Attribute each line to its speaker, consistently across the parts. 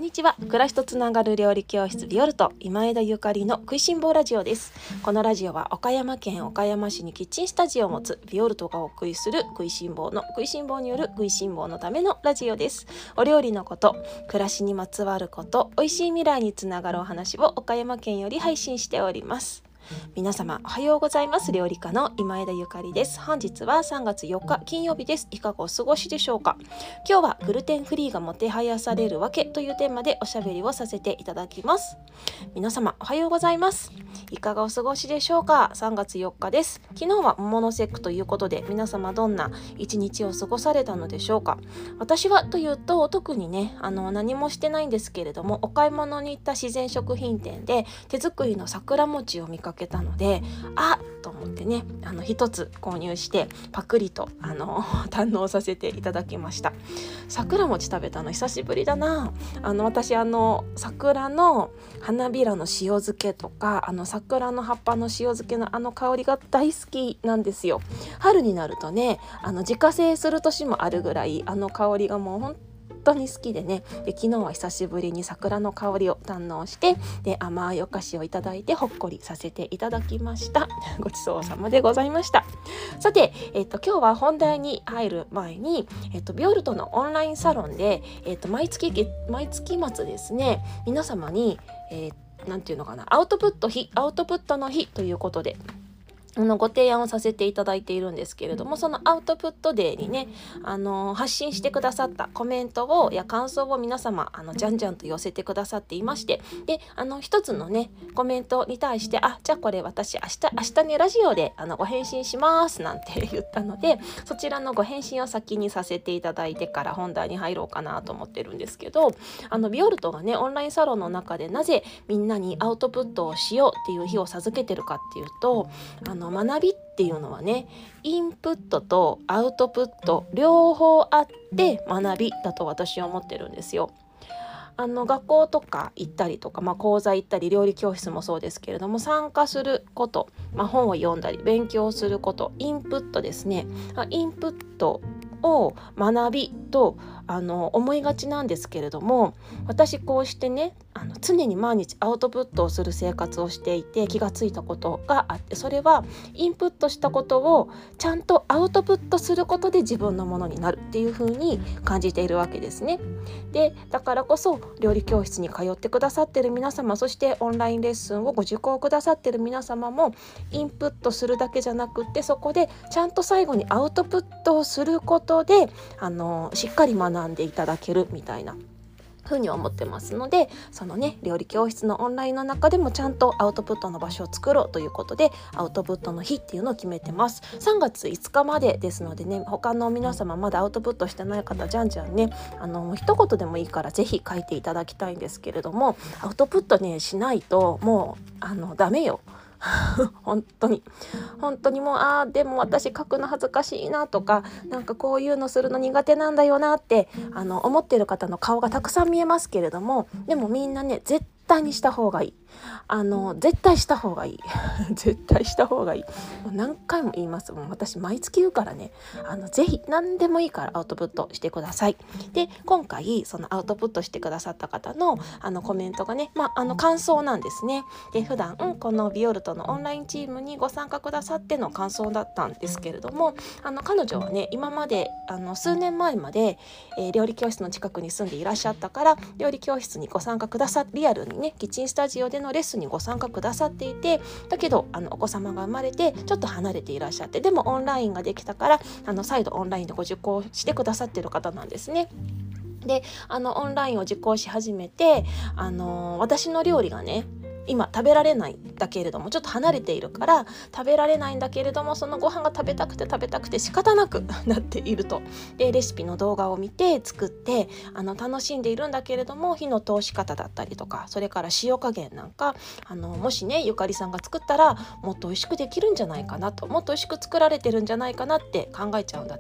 Speaker 1: にちは。暮らしとつながる料理教室ビオルト今枝ゆかりの食いしん坊ラジオです。このラジオは岡山県岡山市にキッチンスタジオを持つビオルトがお送りする食いしん坊の食いしん坊による食いしん坊のためのラジオです。お料理のこと、暮らしにまつわること、美味しい未来につながるお話を岡山県より配信しております。皆様おはようございます。料理家の今枝ゆかりです。本日は3月4日金曜日です。いかがお過ごしでしょうか。今日はグルテンフリーがもてはやされるわけというテーマでおしゃべりをさせていただきます。皆様おはようございます。いかがお過ごしでしょうか。3月4日です。昨日は桃の節句ということで、皆様どんな一日を過ごされたのでしょうか。私はというと特にね何もしてないんですけれども、お買い物に行った自然食品店で手作りの桜餅を見かけたので、と思ってね一つ購入してパクリと堪能させていただきました。桜餅食べたの久しぶりだな。私桜の花びらの塩漬けとか桜の葉っぱの塩漬けの香りが大好きなんですよ。春になるとね自家製する年もあるぐらい香りがもう本当に好きでね。で昨日は久しぶりに桜の香りを堪能して、で甘いお菓子をいただいてほっこりさせていただきました。ごちそうさまでございました。さて、今日は本題に入る前に、ビオルトのオンラインサロンで、毎月末ですね、皆様に、なんていうのかな、アウトプットの日ということでご提案をさせていただいているんですけれども、そのアウトプットデーにね発信してくださったコメントや感想を皆様じゃんじゃんと寄せてくださっていまして、で一つのねコメントに対してじゃあこれ私明日ねラジオでご返信しますなんて言ったので、そちらのご返信を先にさせていただいてから本題に入ろうかなと思ってるんですけど、ビオルトがねオンラインサロンの中でなぜみんなにアウトプットをしようっていう日を授けてるかっていうと、学びっていうのはねインプットとアウトプット両方あって学びだと私は思ってるんですよ。学校とか行ったりとか、講座行ったり料理教室もそうですけれども、参加すること、本を読んだり勉強すること、インプットですね。インプットを学びと思いがちなんですけれども、私こうしてね常に毎日アウトプットをする生活をしていて気がついたことがあって、それはインプットしたことをちゃんとアウトプットすることで自分のものになるっていう風に感じているわけですね。でだからこそ料理教室に通ってくださっている皆様、そしてオンラインレッスンをご受講くださっている皆様もインプットするだけじゃなくって、そこでちゃんと最後にアウトプットをすることでしっかり学んでいただけるみたいなふうに思ってますので、そのね料理教室のオンラインの中でもちゃんとアウトプットの場所を作ろうということでアウトプットの日っていうのを決めてます。3月5日までですのでね、他の皆様まだアウトプットしてない方じゃんじゃんね一言でもいいからぜひ書いていただきたいんですけれども、アウトプットねしないともうダメよ本当にもうでも私書くの恥ずかしいなとか、なんかこういうのするの苦手なんだよなって思っている方の顔がたくさん見えますけれども、でもみんなね絶対にした方がいい。絶対した方がいい絶対した方がいい。もう何回も言います。もう私毎月言うからねぜひ何でもいいからアウトプットしてください。で今回そのアウトプットしてくださった方のコメントがね感想なんですね。で普段このビオルトのオンラインチームにご参加くださっての感想だったんですけれども、彼女はね今まで数年前まで、料理教室の近くに住んでいらっしゃったから、料理教室にご参加くださリアルにねキッチンスタジオでのレッスンにご参加くださっていて、だけどお子様が生まれてちょっと離れていらっしゃって、でもオンラインができたから再度オンラインでご受講してくださっている方なんですね。でオンラインを受講し始めて私の料理がね今食べられないんだけれども、ちょっと離れているから食べられないんだけれども、そのご飯が食べたくて仕方なくなっていると。でレシピの動画を見て作って楽しんでいるんだけれども、火の通し方だったりとか、それから塩加減なんかもしねゆかりさんが作ったらもっと美味しくできるんじゃないかなと、もっと美味しく作られてるんじゃないかなって考えちゃうんだって。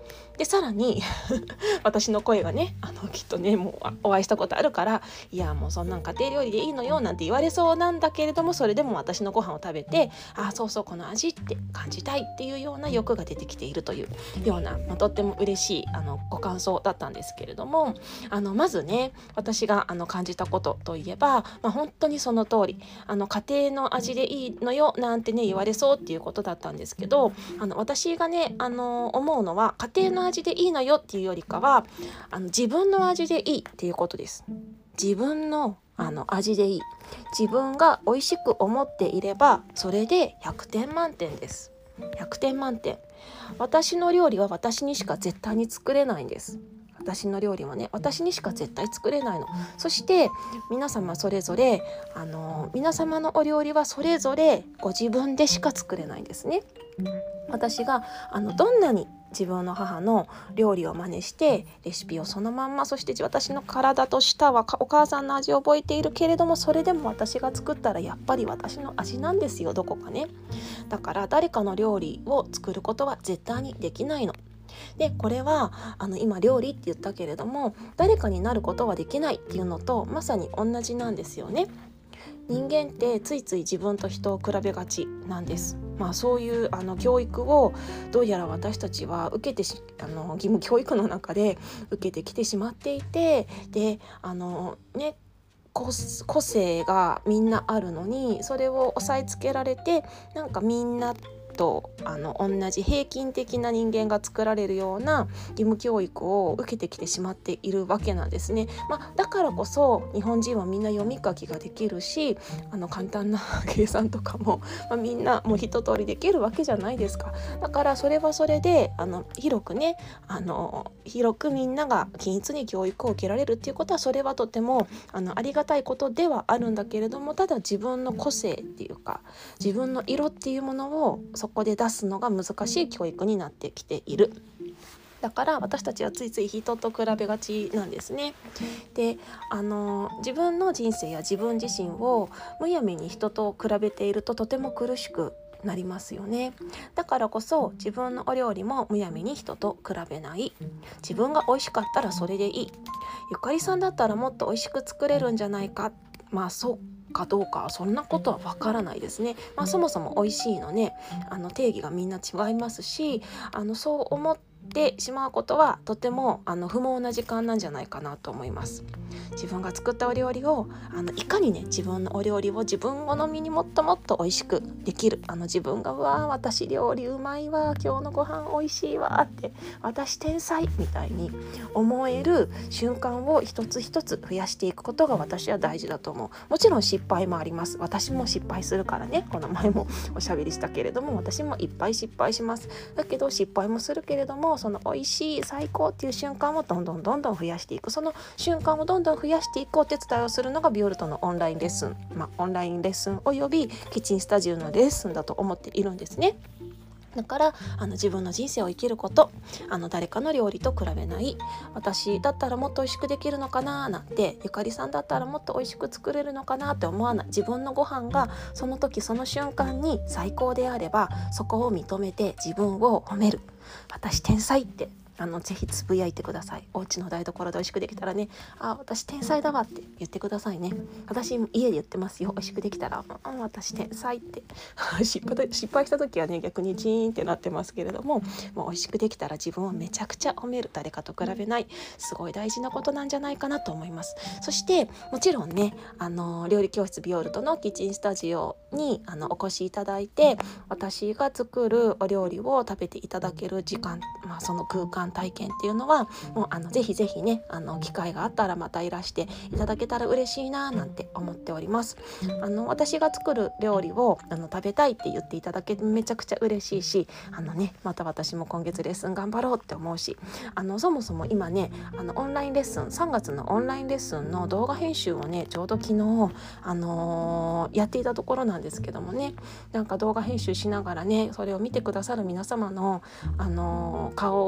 Speaker 1: でさらに私の声がねきっとねもうお会いしたことあるから、いやもうそんなん家庭料理でいいのよなんて言われそうなんだけれども、それでも私のご飯を食べて、そうそうこの味って感じたいっていうような欲が出てきているというような、とっても嬉しいご感想だったんですけれども、まずね私が感じたことといえば、本当にその通り家庭の味でいいのよなんてね言われそうっていうことだったんですけど、私がね思うのは、家庭の味でいいのよっていうよりかは自分の味でいいっていうことです。自分の味でいい、自分が美味しく思っていればそれで100点満点です。100点満点。私の料理は私にしか絶対に作れないんです。私の料理はね私にしか絶対作れないの。そして皆様それぞれ皆様のお料理はそれぞれご自分でしか作れないんですね。私がどんなに自分の母の料理を真似してレシピをそのまんま、そして私の体と舌はお母さんの味を覚えているけれども、それでも私が作ったらやっぱり私の味なんですよ、どこかね。だから誰かの料理を作ることは絶対にできないの。でこれは今料理って言ったけれども、誰かになることはできないっていうのとまさに同じなんですよね。人間ってついつい自分と人を比べがちなんです。そういう教育をどうやら私たちは受けて義務教育の中で受けてきてしまっていて、で個性がみんなあるのにそれを押さえつけられて、なんかみんなと同じ平均的な人間が作られるような義務教育を受けてきてしまっているわけなんですね。だからこそ日本人はみんな読み書きができるし、簡単な計算とかも、みんなもう一通りできるわけじゃないですか。だからそれはそれで広くね広くみんなが均一に教育を受けられるっていうことは、それはとてもありがたいことではあるんだけれども、ただ自分の個性っていうか自分の色っていうものをそこで出すのが難しい教育になってきている。だから私たちはついつい人と比べがちなんですね。で自分の人生や自分自身をむやみに人と比べているととても苦しくなりますよね。だからこそ自分のお料理もむやみに人と比べない。自分が美味しかったらそれでいい。ゆかりさんだったらもっと美味しく作れるんじゃないか、そうかどうかそんなことはわからないですね。そもそも美味しいのね定義がみんな違いますし、そう思ってしまうことはとても不毛な時間なんじゃないかなと思います。自分が作ったお料理をいかにね自分のお料理を自分好みにもっともっと美味しくできる、自分が私料理うまいわ、今日のご飯美味しいわって私天才みたいに思える瞬間を一つ一つ増やしていくことが私は大事だと思う。もちろん失敗もあります。私も失敗するからね、この前もおしゃべりしたけれども私もいっぱい失敗します。だけど失敗もするけれども、その美味しい最高っていう瞬間をどんどん増やしていく、その瞬間をどんどん増やしていくお手伝いをするのがビオルトのオンラインレッスン、オンラインレッスンおよびキッチンスタジオのレッスンだと思っているんですね。だから自分の人生を生きること、誰かの料理と比べない。私だったらもっと美味しくできるのかななんて、ゆかりさんだったらもっと美味しく作れるのかなって思わない。自分のご飯がその時その瞬間に最高であれば、そこを認めて自分を褒める。私天才ってぜひつぶやいてください。お家の台所で美味しくできたらね、私天才だわって言ってくださいね。私家で言ってますよ。美味しくできたら、私天才って失敗した時はね逆にジーンってなってますけれども、もう美味しくできたら自分をめちゃくちゃ褒める。誰かと比べない、すごい大事なことなんじゃないかなと思います。そしてもちろんね料理教室ビオルトのキッチンスタジオにお越しいただいて、私が作るお料理を食べていただける時間、その空間体験っていうのはもうぜひぜひね機会があったらまたいらしていただけたら嬉しいななんて思っております。私が作る料理を食べたいって言っていただけてめちゃくちゃ嬉しいし、また私も今月レッスン頑張ろうって思うし、そもそも今ねオンラインレッスン3月のオンラインレッスンの動画編集をねちょうど昨日やっていたところなんですけどもね、なんか動画編集しながらねそれを見てくださる皆様の顔が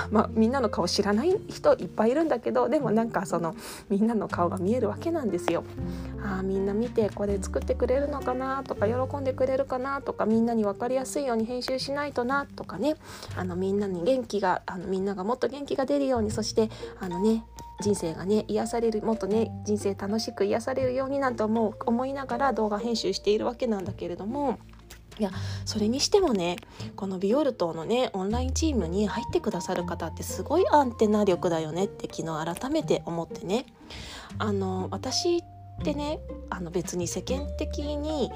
Speaker 1: みんなの顔知らない人いっぱいいるんだけど、でもなんかそのみんなの顔が見えるわけなんですよ。みんな見てこれ作ってくれるのかなとか、喜んでくれるかなとか、みんなに分かりやすいように編集しないとなとかね、みんなにみんながもっと元気が出るように、そして人生がね癒される、もっとね人生楽しく癒されるようになんて思いながら動画編集しているわけなんだけれども、いやそれにしてもね、このビオルトのねオンラインチームに入ってくださる方ってすごいアンテナ力だよねって昨日改めて思ってね、私ってね別に世間的に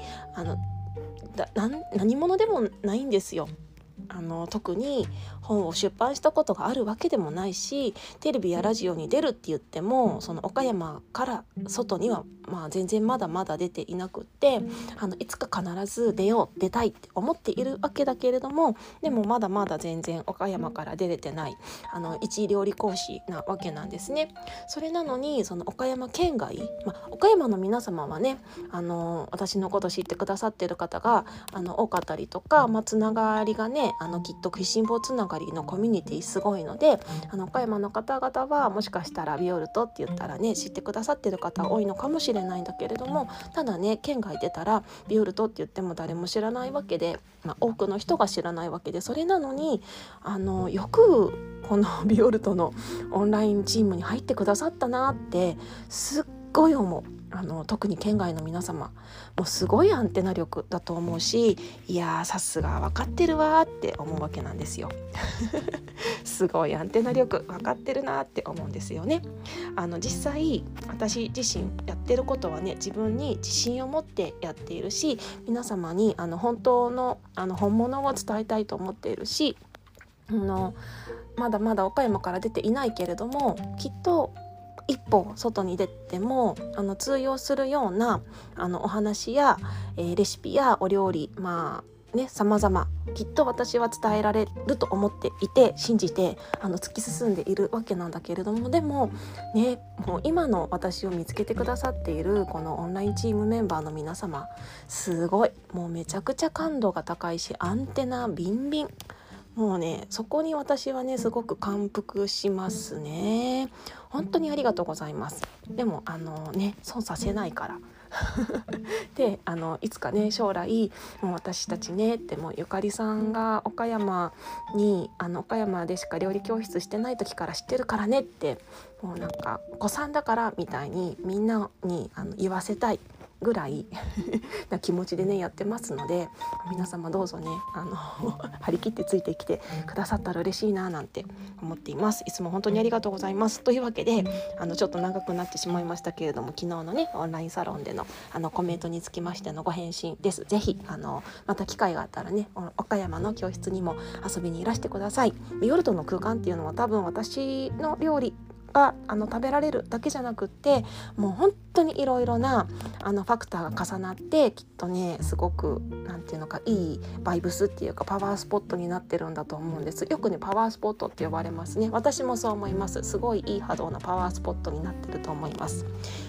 Speaker 1: 何者でもないんですよ。特に本を出版したことがあるわけでもないし、テレビやラジオに出るって言ってもその岡山から外には全然まだまだ出ていなくって、いつか必ず出たいって思っているわけだけれども、でもまだまだ全然岡山から出れてない一料理講師なわけなんですね。それなのにその岡山県外、岡山の皆様はね私のこと知ってくださってる方が多かったりとか、つながりがねきっと食いしん坊つながりのコミュニティすごいので、岡山の方々はもしかしたらビオルトって言ったらね知ってくださってる方多いのかもしれないんだけれども、ただね県外出たらビオルトって言っても誰も知らないわけで、多くの人が知らないわけで、それなのによくこのビオルトのオンラインチームに入ってくださったなってすっごい思う。特に県外の皆様もうすごいアンテナ力だと思うし、いやさすが分かってるわって思うわけなんですよすごいアンテナ力分かってるなって思うんですよね。実際私自身やってることはね自分に自信を持ってやっているし、皆様に本当の本物を伝えたいと思っているし、まだまだ岡山から出ていないけれども、きっと一歩外に出ても通用するようなお話や、レシピやお料理様々きっと私は伝えられると思っていて信じて突き進んでいるわけなんだけれども、でもねもう今の私を見つけてくださっているこのオンラインチームメンバーの皆様すごいもうめちゃくちゃ感度が高いし、アンテナビンビン、もうねそこに私はねすごく感服しますね。本当にありがとうございます。でも損させないからでいつかね将来もう私たちねってもうゆかりさんが岡山に岡山でしか料理教室してない時から知ってるからねって、もうなんかお子さんだからみたいにみんなに言わせたいぐらいな気持ちでねやってますので、皆様どうぞね張り切ってついてきてくださったら嬉しいななんて思っています。いつも本当にありがとうございます。というわけでちょっと長くなってしまいましたけれども、昨日のねオンラインサロンでのコメントにつきましてのご返信です。ぜひまた機会があったらね岡山の教室にも遊びにいらしてください。ビオルトの空間っていうのは多分私の料理が食べられるだけじゃなくって、もう本当にいろいろなファクターが重なってきっとねすごくなんていうのかいいバイブスっていうかパワースポットになってるんだと思うんです。よくねパワースポットって呼ばれますね。私もそう思います。すごいいい波動なパワースポットになってると思います。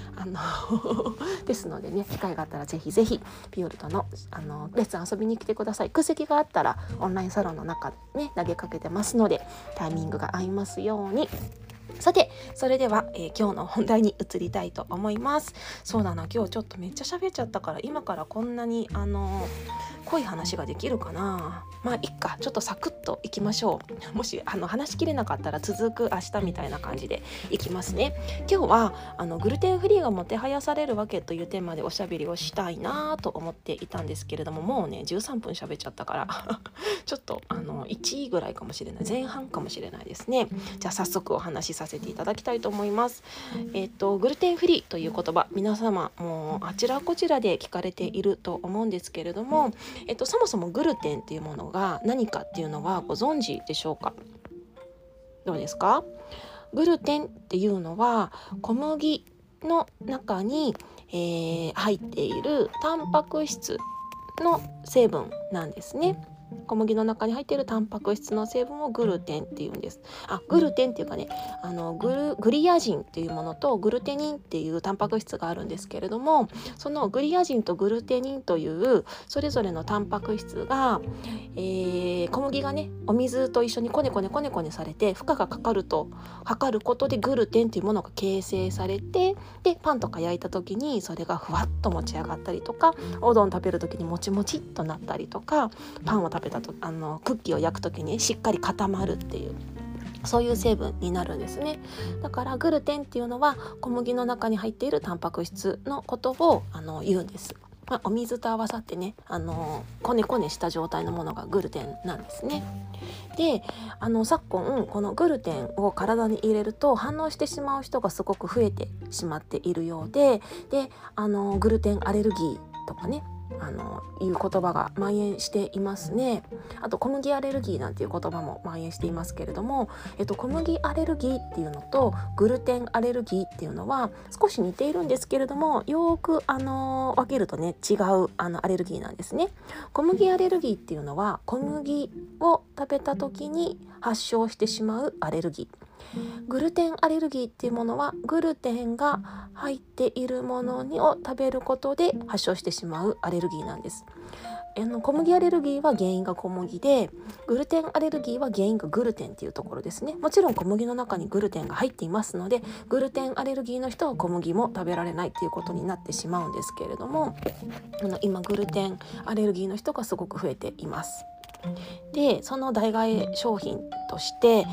Speaker 1: ですのでね機会があったらぜひぜひビオルトのレッスン遊びに来てください。空席があったらオンラインサロンの中ね投げかけてますのでタイミングが合いますように。さてそれでは、今日の本題に移りたいと思います。そうだな、今日ちょっとめっちゃ喋っちゃったから今からこんなに濃い話ができるかな。いっか、ちょっとサクッといきましょう。もし話しきれなかったら続く明日みたいな感じでいきますね。今日はグルテンフリーがもてはやされるわけというテーマでおしゃべりをしたいなと思っていたんですけれども、もうね13分喋っちゃったからちょっと1ぐらいかもしれない、前半かもしれないですね。じゃあ早速お話しさせていただきたいと思います。グルテンフリーという言葉、皆様もうあちらこちらで聞かれていると思うんですけれども、そもそもグルテンっていうものが何かっていうのはご存知でしょうか。どうですか。グルテンっていうのは小麦の中に、入っているタンパク質の成分なんですね。 小麦の中に入っているタンパク質の成分をグルテンっていうんです。グルテンっていうかね、グリアジンっていうものとグルテニンっていうタンパク質があるんですけれども、そのグリアジンとグルテニンというそれぞれのタンパク質が、小麦がねお水と一緒にコネコネされて負荷がかかることでグルテンというものが形成されて、でパンとか焼いた時にそれがふわっと持ち上がったりとか、おうどん食べる時にもちもちっとなったりとか、パンを食べたとクッキーを焼く時にしっかり固まるっていう、そういう成分になるんですね。だからグルテンっていうのは小麦の中に入っているタンパク質のことを言うんです。お水と合わさってね、コネコネした状態のものがグルテンなんですね。で昨今このグルテンを体に入れると反応してしまう人がすごく増えてしまっているようで、グルテンアレルギーとかねいう言葉が蔓延していますね。あと小麦アレルギーなんていう言葉も蔓延していますけれども、小麦アレルギーっていうのとグルテンアレルギーっていうのは少し似ているんですけれども、よく分けるとね違うアレルギーなんですね。小麦アレルギーっていうのは小麦を食べた時に発症してしまうアレルギー。グルテンアレルギーっていうものはグルテンが入っているものを食べることで発症してしまうアレルギーなんです。小麦アレルギーは原因が小麦で、グルテンアレルギーは原因がグルテンっていうところですね。もちろん小麦の中にグルテンが入っていますので、グルテンアレルギーの人は小麦も食べられないっていうことになってしまうんですけれども、今グルテンアレルギーの人がすごく増えています。でその代替え商品として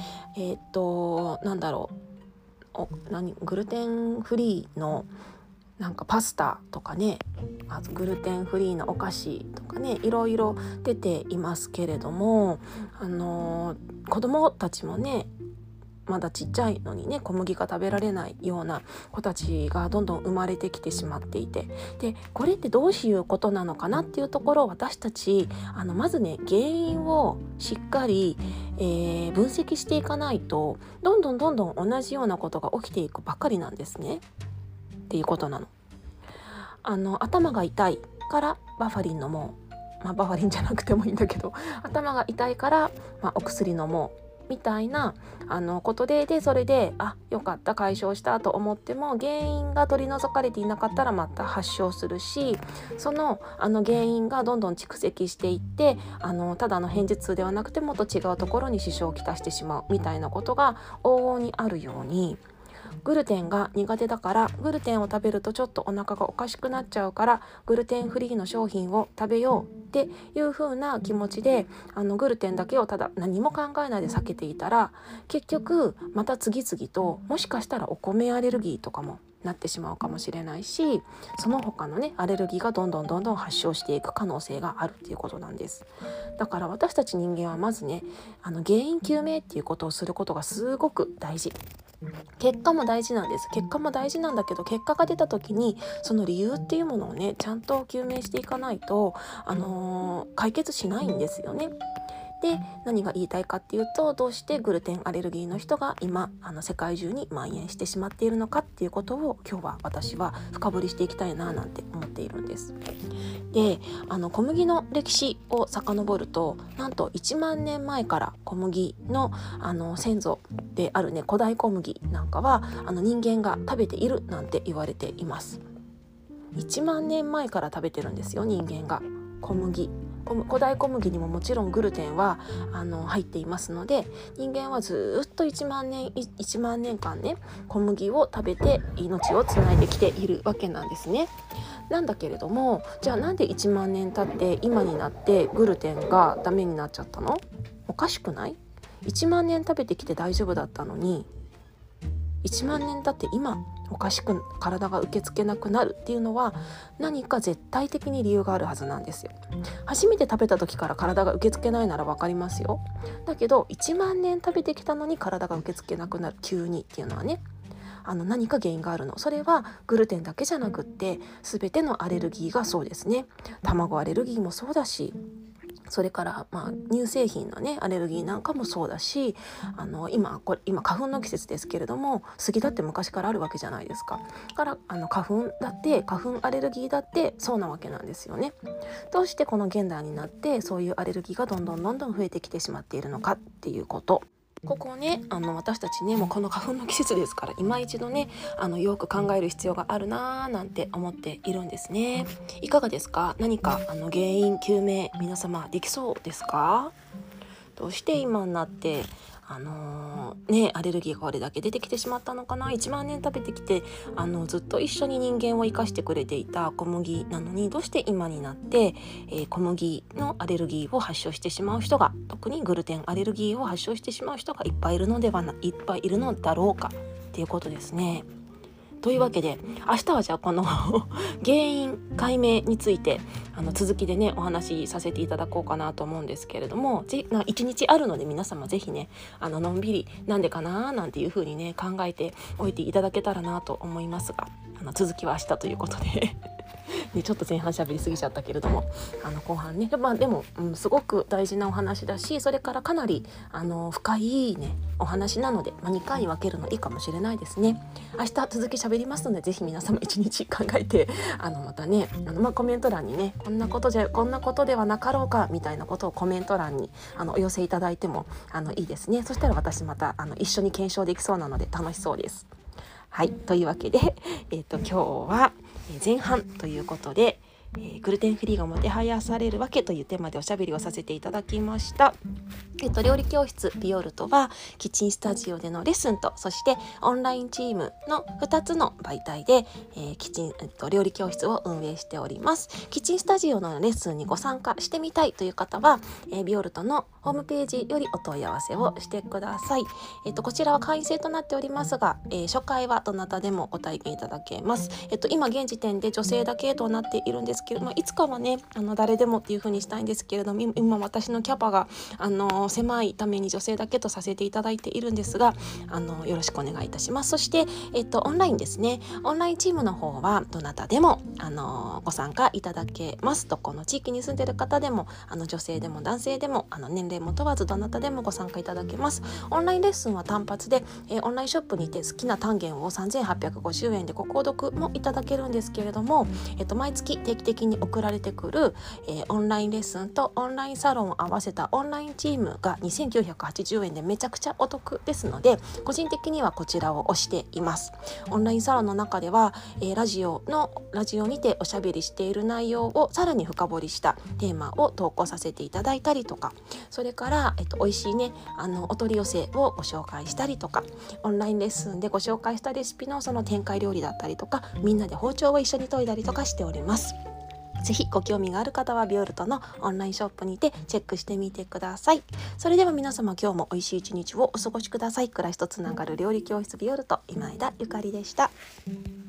Speaker 1: グルテンフリーのパスタとかね、あとグルテンフリーのお菓子とかね、いろいろ出ていますけれども、子供たちもねまだちっちゃいのにね小麦が食べられないような子たちがどんどん生まれてきてしまっていて、でこれってどういうことなのかなっていうところを私たちまずね原因をしっかり、分析していかないとどんどん同じようなことが起きていくばかりなんですねっていうことなの。頭が痛いからバファリン飲もう、バファリンじゃなくてもいいんだけど、頭が痛いから、お薬飲もうみたいなことでそれでよかった解消したと思っても、原因が取り除かれていなかったらまた発症するし、その原因がどんどん蓄積していってただの片頭痛ではなくてもっと違うところに支障をきたしてしまうみたいなことが往々にあるように、グルテンが苦手だからグルテンを食べるとちょっとお腹がおかしくなっちゃうからグルテンフリーの商品を食べようっていう風な気持ちでグルテンだけをただ何も考えないで避けていたら、結局また次々ともしかしたらお米アレルギーとかもなってしまうかもしれないし、その他のねアレルギーがどんどん発症していく可能性があるっていうことなんです。だから私たち人間はまずね原因究明っていうことをすることがすごく大事。結果も大事なんです。結果も大事なんだけど、結果が出た時にその理由っていうものをねちゃんと究明していかないと、解決しないんですよね。で何が言いたいかっていうと、どうしてグルテンアレルギーの人が今世界中に蔓延してしまっているのかっていうことを今日は私は深掘りしていきたいななんて思っているんです。で小麦の歴史を遡ると、なんと1万年前から小麦の先祖であるね古代小麦なんかは人間が食べているなんて言われています。1万年前から食べてるんですよ、人間が小麦。古代小麦にももちろんグルテンは入っていますので、人間はずっと1万年間ね小麦を食べて命をつないできているわけなんですね。なんだけれども、じゃあなんで1万年経って今になってグルテンがダメになっちゃったの？おかしくない？ 1 万年食べてきて大丈夫だったのに、1万年経って今おかしく体が受け付けなくなるっていうのは何か絶対的に理由があるはずなんですよ。初めて食べた時から体が受け付けないなら分かりますよ。だけど1万年食べてきたのに体が受け付けなくなる急にっていうのはね、何か原因があるの。それはグルテンだけじゃなくって全てのアレルギーがそうですね。卵アレルギーもそうだし、 それから、乳製品のねアレルギーなんかもそうだし、今花粉の季節ですけれども、杉だって昔からあるわけじゃないですか。だから花粉アレルギーだってそうなわけなんですよね。どうしてこの現代になってそういうアレルギーがどんどん増えてきてしまっているのかっていうこと、ここをね私たちねもうこの花粉の季節ですから、今一度ねよく考える必要があるなーなんて思っているんですね。いかがですか？何か原因究明皆様できそうですか？どうして今になってアレルギーがこれだけ出てきてしまったのかな。1万年食べてきてずっと一緒に人間を生かしてくれていた小麦なのに、どうして今になって、小麦のアレルギーを発症してしまう人が、特にグルテンアレルギーを発症してしまう人がいっぱいいるのだろうかっていうことですね。というわけで明日はじゃあこの原因解明について続きでねお話しさせていただこうかなと思うんですけれども、1日あるので皆様ぜひねのんびりなんでかななんていう風にね考えておいていただけたらなと思いますが、続きは明日ということでね、ちょっと前半喋りすぎちゃったけれども後半ね、でも、すごく大事なお話だし、それからかなり深いねお話なので、2回に分けるのいいかもしれないですね。明日続き喋りますので、ぜひ皆様一日考えてまたねコメント欄にねこんなことではなかろうかみたいなことをコメント欄にお寄せいただいてもいいですね。そしたら私また一緒に検証できそうなので楽しそうです。はい、というわけで、今日は前半ということで、グルテンフリーがもてはやされるわけというテーマでおしゃべりをさせていただきました。料理教室ビオルトはキッチンスタジオでのレッスンと、そしてオンラインチームの2つの媒体で、料理教室を運営しております。キッチンスタジオのレッスンにご参加してみたいという方は、ビオルトのホームページよりお問い合わせをしてください。こちらは会員制となっておりますが、初回はどなたでもご体験いただけます。今現時点で女性だけとなっているんですけれども、いつかはね誰でもっていう風にしたいんですけれども、今私のキャパが狭いために女性だけとさせていただいているんですが、よろしくお願いいたします。そして、オンラインですね。オンラインチームの方はどなたでもご参加いただけます。どこの地域に住んでいる方でも女性でも男性でも年齢も問わずどなたでもご参加いただけます。オンラインレッスンは単発で、オンラインショップにて好きな単元を3850円でご購読もいただけるんですけれども、毎月定期的に送られてくる、オンラインレッスンとオンラインサロンを合わせたオンラインチームが2980円でめちゃくちゃお得ですので、個人的にはこちらを推しています。オンラインサロンの中では、ラジオにておしゃべりしている内容をさらに深掘りしたテーマを投稿させていただいたりとか、それから、美味しいねお取り寄せをご紹介したりとか、オンラインレッスンでご紹介したレシピのその展開料理だったりとか、みんなで包丁を一緒に研いだりとかしております。ぜひご興味がある方はビオルトのオンラインショップにてチェックしてみてください。それでは皆様、今日も美味しい一日をお過ごしください。暮らしとつながる料理教室ビオルト、今枝ゆかりでした。